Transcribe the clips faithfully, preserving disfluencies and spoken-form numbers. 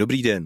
Dobrý den.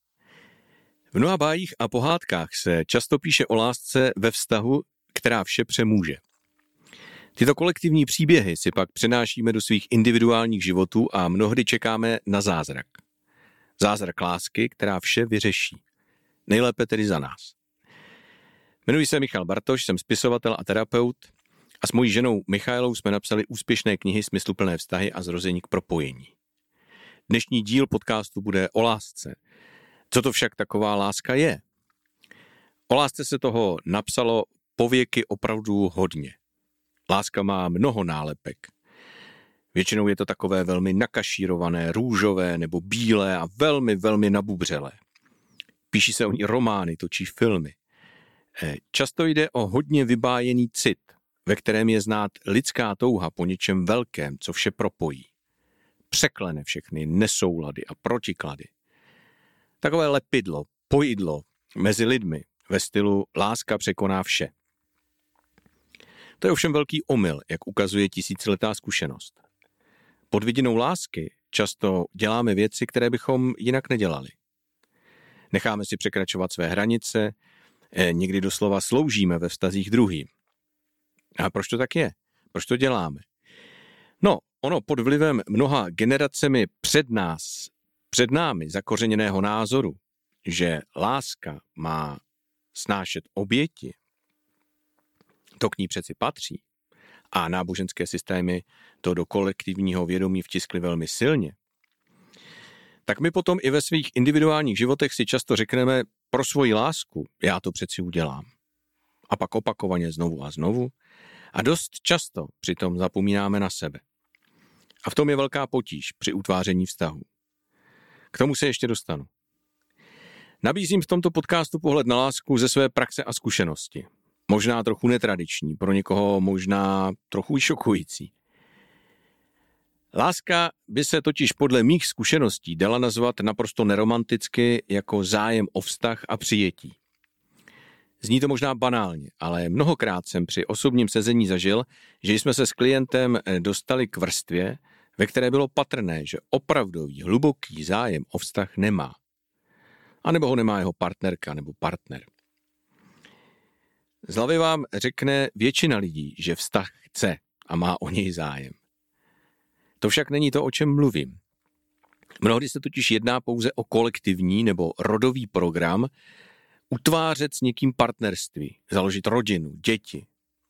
V mnoha bájích a pohádkách se často píše o lásce ve vztahu, která vše přemůže. Tyto kolektivní příběhy si pak přenášíme do svých individuálních životů a mnohdy čekáme na zázrak. Zázrak lásky, která vše vyřeší. Nejlépe tedy za nás. Jmenuji se Michal Bartoš, jsem spisovatel a terapeut a s mojí ženou Michailou jsme napsali úspěšné knihy Smysluplné vztahy a Zrození k propojení. Dnešní díl podcastu bude o lásce. Co to však taková láska je? O lásce se toho napsalo pověky opravdu hodně. Láska má mnoho nálepek. Většinou je to takové velmi nakašírované, růžové nebo bílé a velmi, velmi nabubřelé. Píší se o ní romány, točí filmy. Často jde o hodně vybájený cit, ve kterém je znát lidská touha po něčem velkém, co vše propojí. Překlene všechny nesoulady a protiklady. Takové lepidlo, pojidlo mezi lidmi ve stylu láska překoná vše. To je ovšem velký omyl, jak ukazuje tisíciletá zkušenost. Pod vidinou lásky často děláme věci, které bychom jinak nedělali. Necháme si překračovat své hranice, někdy doslova sloužíme ve vztazích druhým. A proč to tak je? Proč to děláme? No, ono pod vlivem mnoha generacemi před nás, před námi zakořeněného názoru, že láska má snášet oběti, to k ní přeci patří, a náboženské systémy to do kolektivního vědomí vtiskly velmi silně, tak my potom i ve svých individuálních životech si často řekneme, pro svoji lásku já to přeci udělám. A pak opakovaně znovu a znovu a dost často přitom zapomínáme na sebe. A v tom je velká potíž při utváření vztahu. K tomu se ještě dostanu. Nabízím v tomto podcastu pohled na lásku ze své praxe a zkušenosti. Možná trochu netradiční, pro někoho možná trochu i šokující. Láska by se totiž podle mých zkušeností dala nazvat naprosto neromanticky jako zájem o vztah a přijetí. Zní to možná banálně, ale mnohokrát jsem při osobním sezení zažil, že jsme se s klientem dostali k vrstvě, ve které bylo patrné, že opravdový, hluboký zájem o vztah nemá. A nebo ho nemá jeho partnerka nebo partner. Z hlavy vám řekne většina lidí, že vztah chce a má o něj zájem. To však není to, o čem mluvím. Mnohdy se totiž jedná pouze o kolektivní nebo rodový program, utvářet s někým partnerství, založit rodinu, děti.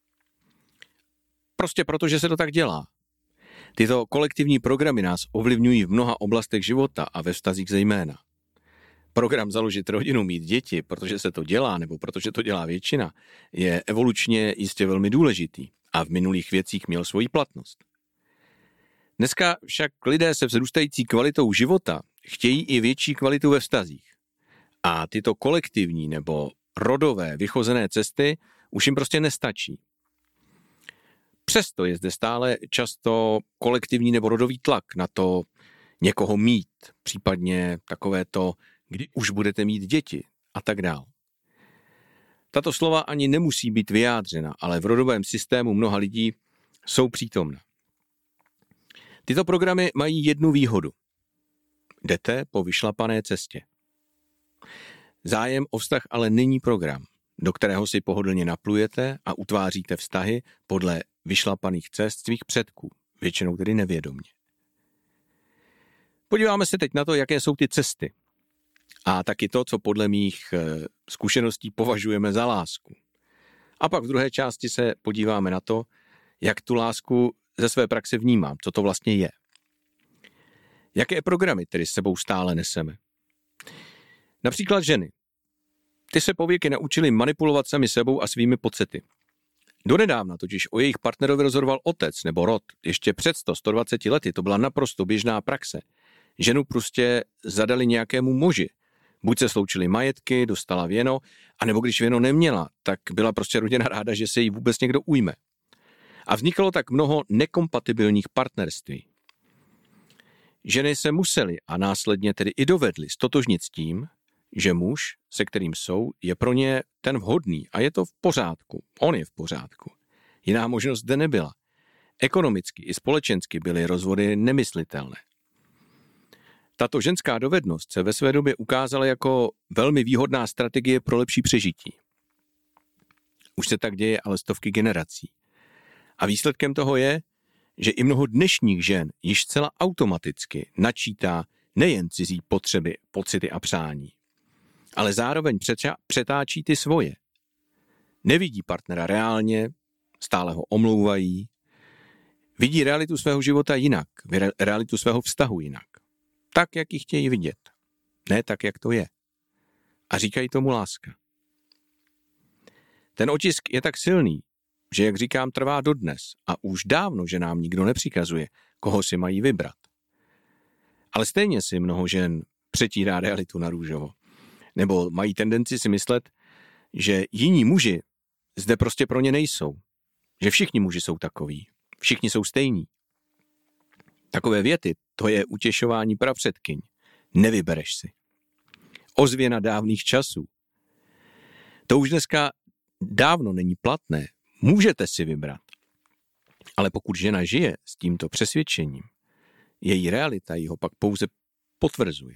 Prostě proto, že se to tak dělá. Tyto kolektivní programy nás ovlivňují v mnoha oblastech života a ve vztazích zejména. Program založit rodinu, mít děti, protože se to dělá, nebo protože to dělá většina, je evolučně jistě velmi důležitý a v minulých věcích měl svoji platnost. Dneska však lidé se vzrůstající kvalitou života chtějí i větší kvalitu ve vztazích. A tyto kolektivní nebo rodové vychozené cesty už jim prostě nestačí. Přesto je zde stále často kolektivní nebo rodový tlak na to někoho mít, případně takové to, kdy už budete mít děti a tak dál. Tato slova ani nemusí být vyjádřena, ale v rodovém systému mnoha lidí jsou přítomna. Tyto programy mají jednu výhodu. Jdete po vyšlapané cestě. Zájem o vztah ale není program, do kterého si pohodlně naplujete a utváříte vztahy podle vyšlapaných cest svých předků, většinou tedy nevědomě. Podíváme se teď na to, jaké jsou ty cesty. A taky to, co podle mých zkušeností považujeme za lásku. A pak v druhé části se podíváme na to, jak tu lásku ze své praxe vnímám, co to vlastně je. Jaké programy tedy s sebou stále neseme? Například ženy. Ty se pověky naučily manipulovat sami sebou a svými pocity. Donedávna totiž o jejich partnerovi rozhodoval otec nebo rod. Ještě před sto, sto dvaceti lety to byla naprosto běžná praxe. Ženu prostě zadali nějakému muži. Buď se sloučily majetky, dostala věno, anebo když věno neměla, tak byla prostě rodina ráda, že se jí vůbec někdo ujme. A vzniklo tak mnoho nekompatibilních partnerství. Ženy se musely a následně tedy i dovedly stotožnit s tím, že muž, se kterým jsou, je pro ně ten vhodný a je to v pořádku. On je v pořádku. Jiná možnost zde nebyla. Ekonomicky i společensky byly rozvody nemyslitelné. Tato ženská dovednost se ve své době ukázala jako velmi výhodná strategie pro lepší přežití. Už se tak děje ale stovky generací. A výsledkem toho je, že i mnoho dnešních žen již zcela automaticky načítá nejen cizí potřeby, pocity a přání, ale zároveň přetáčí ty svoje. Nevidí partnera reálně, stále ho omlouvají, vidí realitu svého života jinak, realitu svého vztahu jinak. Tak, jak ji chtějí vidět. Ne tak, jak to je. A říkají tomu láska. Ten otisk je tak silný, že, jak říkám, trvá dodnes a už dávno, že nám nikdo nepřikazuje, koho si mají vybrat. Ale stejně si mnoho žen přetírá realitu na růžovo. Nebo mají tendenci si myslet, že jiní muži zde prostě pro ně nejsou. Že všichni muži jsou takoví. Všichni jsou stejní. Takové věty, to je utěšování prapředkyň. Nevybereš si. Ozvěna dávných časů. To už dneska dávno není platné. Můžete si vybrat. Ale pokud žena žije s tímto přesvědčením, její realita ji ho pak pouze potvrzuje.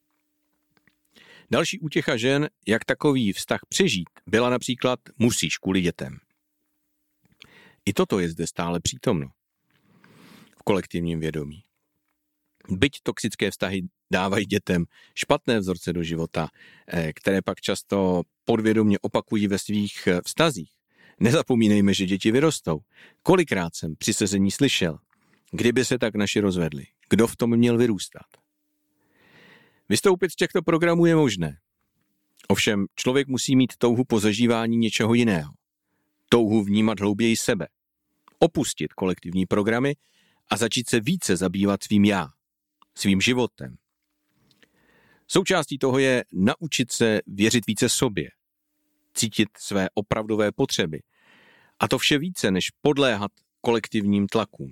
Další útěcha žen, jak takový vztah přežít, byla například musíš kvůli dětem. I toto je zde stále přítomno v kolektivním vědomí. Byť toxické vztahy dávají dětem špatné vzorce do života, které pak často podvědomě opakují ve svých vztazích. Nezapomínejme, že děti vyrostou. Kolikrát jsem při sezení slyšel, kdyby se tak naši rozvedli, kdo v tom měl vyrůstat. Vystoupit z těchto programů je možné. Ovšem člověk musí mít touhu po zažívání něčeho jiného. Touhu vnímat hlouběji sebe. Opustit kolektivní programy a začít se více zabývat svým já, svým životem. Součástí toho je naučit se věřit více sobě, cítit své opravdové potřeby a to vše více, než podléhat kolektivním tlakům.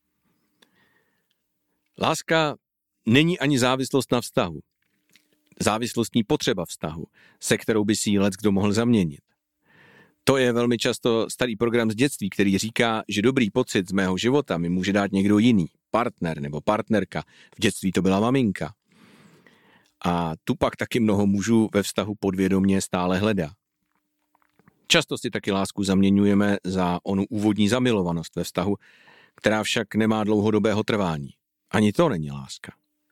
Láska není ani závislost na vztahu. Závislostní potřeba vztahu, se kterou by si ji leckdo mohl zaměnit. To je velmi často starý program z dětství, který říká, že dobrý pocit z mého života mi může dát někdo jiný, partner nebo partnerka. V dětství to byla maminka. A tu pak taky mnoho mužů ve vztahu podvědomě stále hledá. Často si taky lásku zaměňujeme za onu úvodní zamilovanost ve vztahu, která však nemá dlouhodobého trvání. Ani to není láska.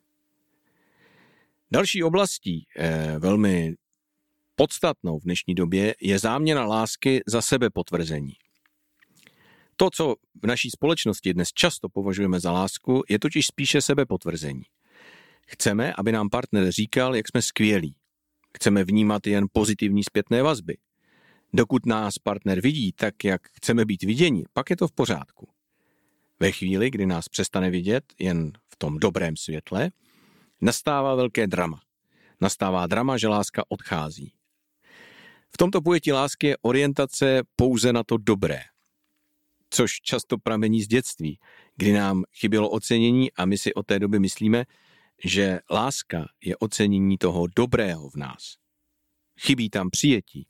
Další oblastí, eh, velmi podstatnou v dnešní době, je záměna lásky za sebepotvrzení. To, co v naší společnosti dnes často považujeme za lásku, je totiž spíše sebepotvrzení. Chceme, aby nám partner říkal, jak jsme skvělí. Chceme vnímat jen pozitivní zpětné vazby. Dokud nás partner vidí tak, jak chceme být viděni, pak je to v pořádku. Ve chvíli, kdy nás přestane vidět jen v tom dobrém světle, nastává velké drama. Nastává drama, že láska odchází. V tomto pojetí lásky je orientace pouze na to dobré, což často pramení z dětství, kdy nám chybělo ocenění a my si od té doby myslíme, že láska je ocenění toho dobrého v nás. Chybí tam přijetí.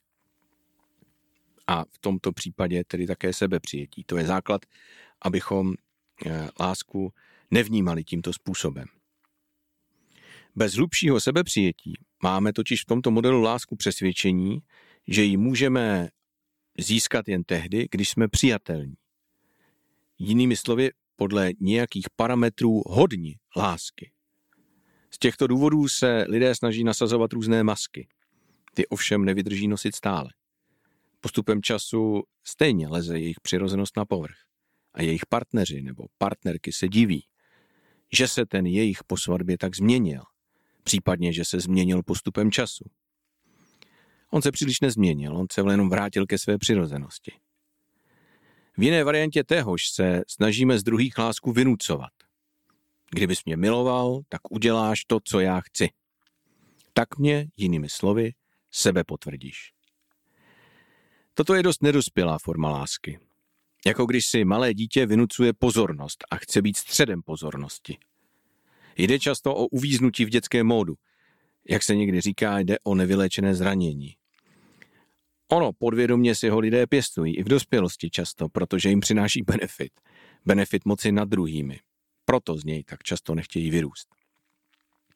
A v tomto případě tedy také sebepřijetí. To je základ, abychom lásku nevnímali tímto způsobem. Bez hlubšího sebepřijetí máme totiž v tomto modelu lásku přesvědčení, že ji můžeme získat jen tehdy, když jsme přijatelní. Jinými slovy, podle nějakých parametrů hodni lásky. Z těchto důvodů se lidé snaží nasazovat různé masky. Ty ovšem nevydrží nosit stále. Postupem času stejně leze jejich přirozenost na povrch a jejich partneři nebo partnerky se diví, že se ten jejich po svatbě tak změnil, případně, že se změnil postupem času. On se příliš nezměnil, on se jenom vrátil ke své přirozenosti. V jiné variantě téhož se snažíme z druhých lásku vynucovat. Kdybys mě miloval, tak uděláš to, co já chci. Tak mě, jinými slovy, sebe potvrdíš. Toto je dost nedospělá forma lásky. Jako když si malé dítě vynucuje pozornost a chce být středem pozornosti. Jde často o uvíznutí v dětském módu. Jak se někdy říká, jde o nevyléčené zranění. Ono podvědomě si ho lidé pěstují i v dospělosti často, protože jim přináší benefit. Benefit moci nad druhými. Proto z něj tak často nechtějí vyrůst.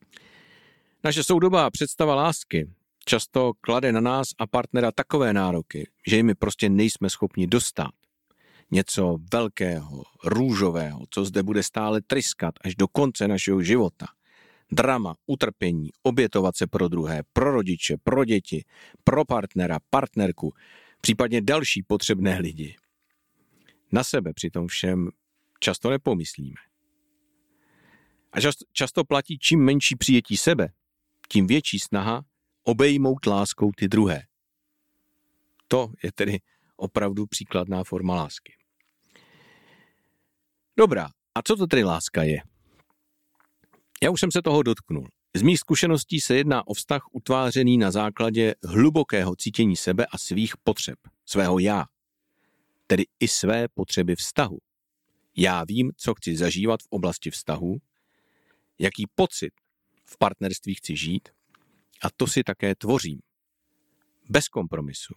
Naše soudobá představa lásky často klade na nás a partnera takové nároky, že jimi prostě nejsme schopni dostat. Něco velkého, růžového, co zde bude stále tryskat až do konce našeho života. Drama, utrpení, obětovat se pro druhé, pro rodiče, pro děti, pro partnera, partnerku, případně další potřebné lidi. Na sebe při tom všem často nepomyslíme. A často, často platí, čím menší přijetí sebe, tím větší snaha obejmout láskou ty druhé. To je tedy opravdu příkladná forma lásky. Dobrá, a co to tedy láska je? Já už jsem se toho dotknul. Z mých zkušeností se jedná o vztah utvářený na základě hlubokého cítění sebe a svých potřeb, svého já, tedy i své potřeby vztahu. Já vím, co chci zažívat v oblasti vztahu, jaký pocit v partnerství chci žít a to si také tvořím. Bez kompromisu.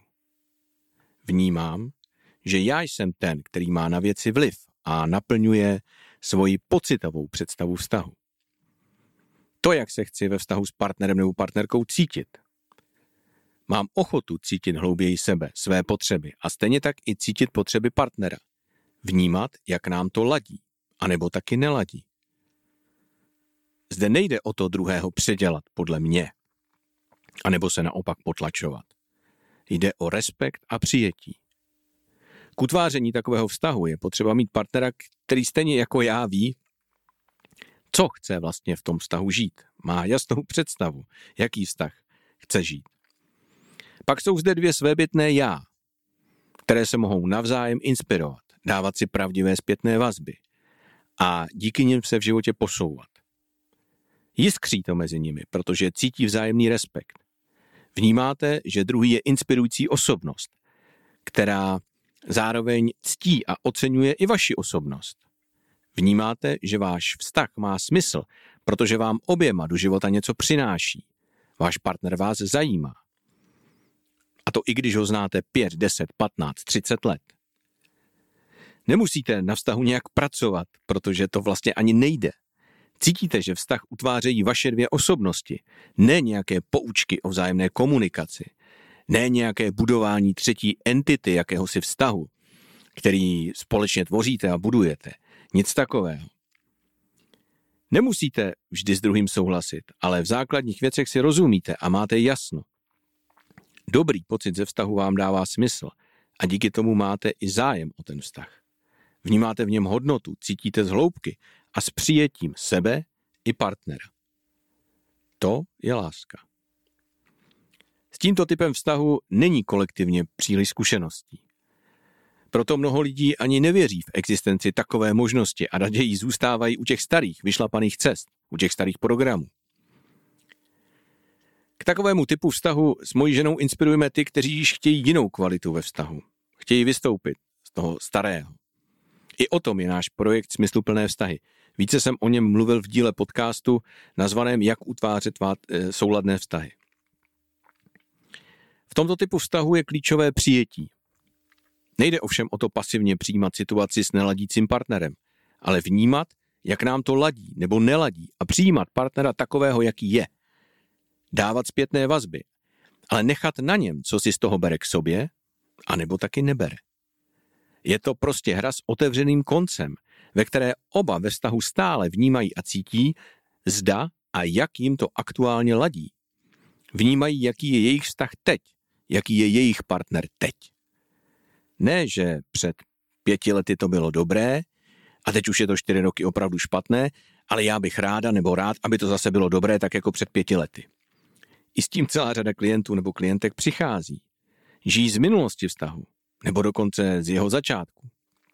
Vnímám, že já jsem ten, který má na věci vliv a naplňuje svoji pocitovou představu vztahu. To, jak se chci ve vztahu s partnerem nebo partnerkou cítit. Mám ochotu cítit hlouběji sebe, své potřeby a stejně tak i cítit potřeby partnera. Vnímat, jak nám to ladí, anebo taky neladí. Zde nejde o to druhého předělat podle mě, anebo se naopak potlačovat. Jde o respekt a přijetí. K utváření takového vztahu je potřeba mít partnera, který stejně jako já ví, co chce vlastně v tom vztahu žít. Má jasnou představu, jaký vztah chce žít. Pak jsou zde dvě svébytné já, které se mohou navzájem inspirovat, dávat si pravdivé zpětné vazby a díky nim se v životě posouvat. Jiskří to mezi nimi, protože cítí vzájemný respekt. Vnímáte, že druhý je inspirující osobnost, která zároveň ctí a oceňuje i vaši osobnost. Vnímáte, že váš vztah má smysl, protože vám oběma do života něco přináší. Váš partner vás zajímá. A to i když ho znáte pět, deset, patnáct, třicet let. Nemusíte na vztahu nějak pracovat, protože to vlastně ani nejde. Cítíte, že vztah utvářejí vaše dvě osobnosti, ne nějaké poučky o vzájemné komunikaci, ne nějaké budování třetí entity jakéhosi vztahu, který společně tvoříte a budujete. Nic takového. Nemusíte vždy s druhým souhlasit, ale v základních věcech si rozumíte a máte jasno. Dobrý pocit ze vztahu vám dává smysl a díky tomu máte i zájem o ten vztah. Vnímáte v něm hodnotu, cítíte z hloubky a s přijetím sebe i partnera. To je láska. S tímto typem vztahu není kolektivně příliš zkušeností. Proto mnoho lidí ani nevěří v existenci takové možnosti a raději zůstávají u těch starých, vyšlapaných cest, u těch starých programů. K takovému typu vztahu s mojí ženou inspirujeme ty, kteří již chtějí jinou kvalitu ve vztahu. Chtějí vystoupit z toho starého. I o tom je náš projekt Smysluplné vztahy. Více jsem o něm mluvil v díle podcastu nazvaném Jak utvářet souladné vztahy. V tomto typu vztahu je klíčové přijetí. Nejde ovšem o to pasivně přijímat situaci s neladícím partnerem, ale vnímat, jak nám to ladí nebo neladí a přijímat partnera takového, jaký je. Dávat zpětné vazby, ale nechat na něm, co si z toho bere k sobě, anebo taky nebere. Je to prostě hra s otevřeným koncem, ve které oba ve vztahu stále vnímají a cítí, zda a jak jim to aktuálně ladí. Vnímají, jaký je jejich vztah teď, jaký je jejich partner teď. Ne, že před pěti lety to bylo dobré a teď už je to čtyři roky opravdu špatné, ale já bych ráda nebo rád, aby to zase bylo dobré tak jako před pěti lety. I s tím celá řada klientů nebo klientek přichází. Žijí z minulosti vztahu, nebo dokonce z jeho začátku.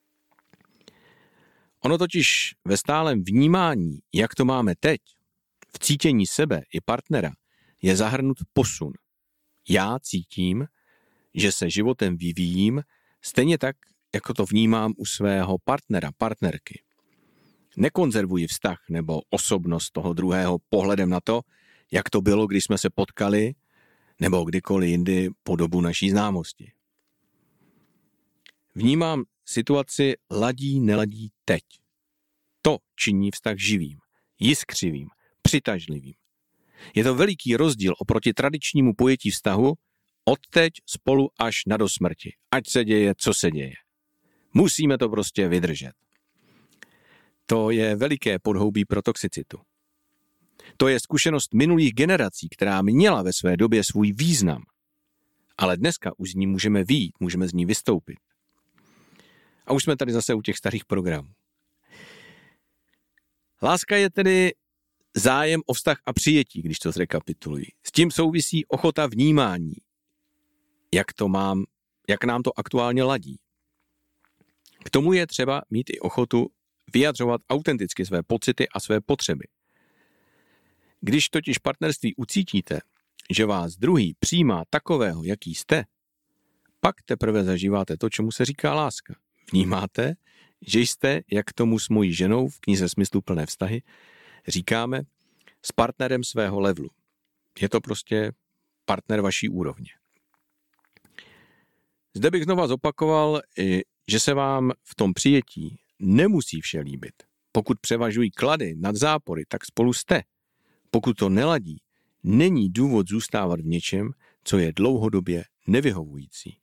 Ono totiž ve stálem vnímání, jak to máme teď, v cítění sebe i partnera, je zahrnut posun. Já cítím, že se životem vyvíjím, stejně tak, jako to vnímám u svého partnera, partnerky. Nekonzervuji vztah nebo osobnost toho druhého pohledem na to, jak to bylo, když jsme se potkali, nebo kdykoliv jindy po dobu naší známosti. Vnímám situaci ladí, neladí teď. To činí vztah živým, jiskřivým, přitažlivým. Je to veliký rozdíl oproti tradičnímu pojetí vztahu odteď spolu až na do smrti. Ať se děje, co se děje. Musíme to prostě vydržet. To je veliké podhoubí pro toxicitu. To je zkušenost minulých generací, která měla ve své době svůj význam. Ale dneska už z ní můžeme vyjít, můžeme z ní vystoupit. A už jsme tady zase u těch starých programů. Láska je tedy zájem o vztah a přijetí, když to zrekapituluji. S tím souvisí ochota vnímání, jak to mám, jak nám to aktuálně ladí. K tomu je třeba mít i ochotu vyjadřovat autenticky své pocity a své potřeby. Když totiž partnerství ucítíte, že vás druhý přijímá takového, jaký jste, pak teprve zažíváte to, čemu se říká láska. Vnímáte, že jste, jak tomu s mojí ženou v knize Smysluplné vztahy říkáme, s partnerem svého levelu. Je to prostě partner vaší úrovně. Zde bych znova zopakoval, že se vám v tom přijetí nemusí vše líbit. Pokud převažují klady nad zápory, tak spolu jste. Pokud to neladí, není důvod zůstávat v něčem, co je dlouhodobě nevyhovující.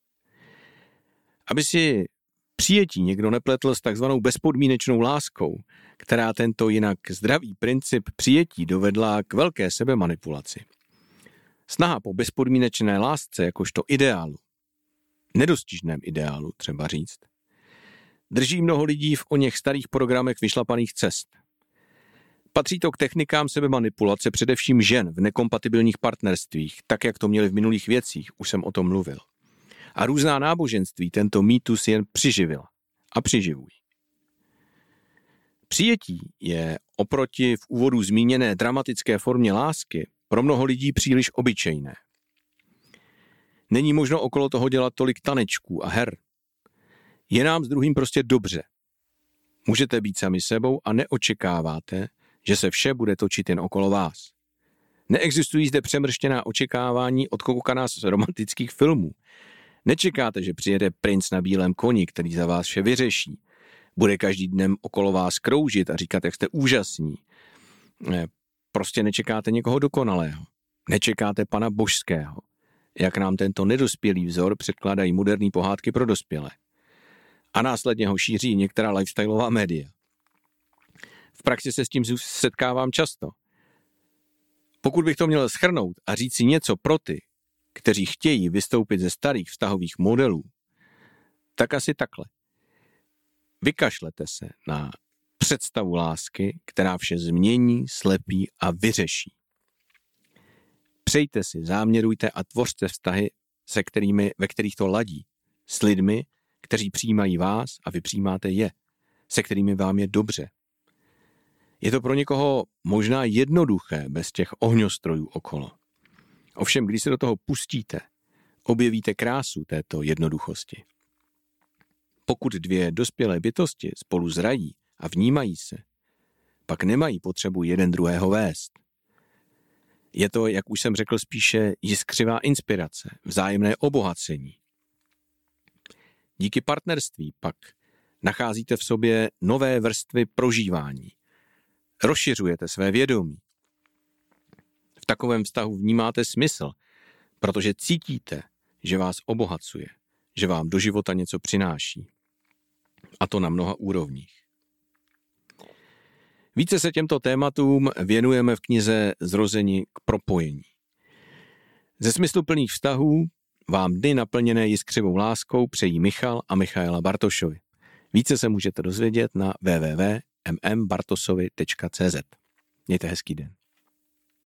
Aby si přijetí někdo nepletl s takzvanou bezpodmínečnou láskou, která tento jinak zdravý princip přijetí dovedla k velké sebemanipulaci. Snaha po bezpodmínečné lásce jakožto ideálu, nedostižném ideálu třeba říct, drží mnoho lidí v oněch starých programech vyšlapaných cest. Patří to k technikám sebemanipulace především žen v nekompatibilních partnerstvích, tak jak to měli v minulých věcích, už jsem o tom mluvil. A různá náboženství tento mýtus jen přiživila a přiživují. Přijetí je oproti v úvodu zmíněné dramatické formě lásky pro mnoho lidí příliš obyčejné. Není možno okolo toho dělat tolik tanečků a her. Je nám s druhým prostě dobře. Můžete být sami sebou a neočekáváte, že se vše bude točit jen okolo vás. Neexistují zde přemrštěná očekávání od koukana z romantických filmů. Nečekáte, že přijede princ na bílém koni, který za vás vše vyřeší. Bude každý dnem okolo vás kroužit a říkat, jak jste úžasní. Prostě nečekáte někoho dokonalého. Nečekáte pana božského. Jak nám tento nedospělý vzor předkládají moderní pohádky pro dospělé. A následně ho šíří některá lifestyleová média. V praxi se s tím setkávám často. Pokud bych to měl shrnout a říct si něco pro ty, kteří chtějí vystoupit ze starých vztahových modelů, tak asi takhle. Vykašlete se na představu lásky, která vše změní, slepí a vyřeší. Přejte si, záměrujte a tvořte vztahy, se kterými, ve kterých to ladí. S lidmi, kteří přijímají vás a vy přijímáte je. Se kterými vám je dobře. Je to pro někoho možná jednoduché bez těch ohňostrojů okolo. Ovšem, když se do toho pustíte, objevíte krásu této jednoduchosti. Pokud dvě dospělé bytosti spolu zrají a vnímají se, pak nemají potřebu jeden druhého vést. Je to, jak už jsem řekl, spíše jiskřivá inspirace, vzájemné obohacení. Díky partnerství pak nacházíte v sobě nové vrstvy prožívání. Rozšiřujete své vědomí. V takovém vztahu vnímáte smysl, protože cítíte, že vás obohacuje, že vám do života něco přináší. A to na mnoha úrovních. Více se těmto tématům věnujeme v knize Zrozeni k propojení. Ze smysluplných vztahů vám dny naplněné jiskřivou láskou přejí Michal a Michaela Bartošovi. Více se můžete dozvědět na w w w tečka m m bartosovi tečka c z. Mějte hezký den.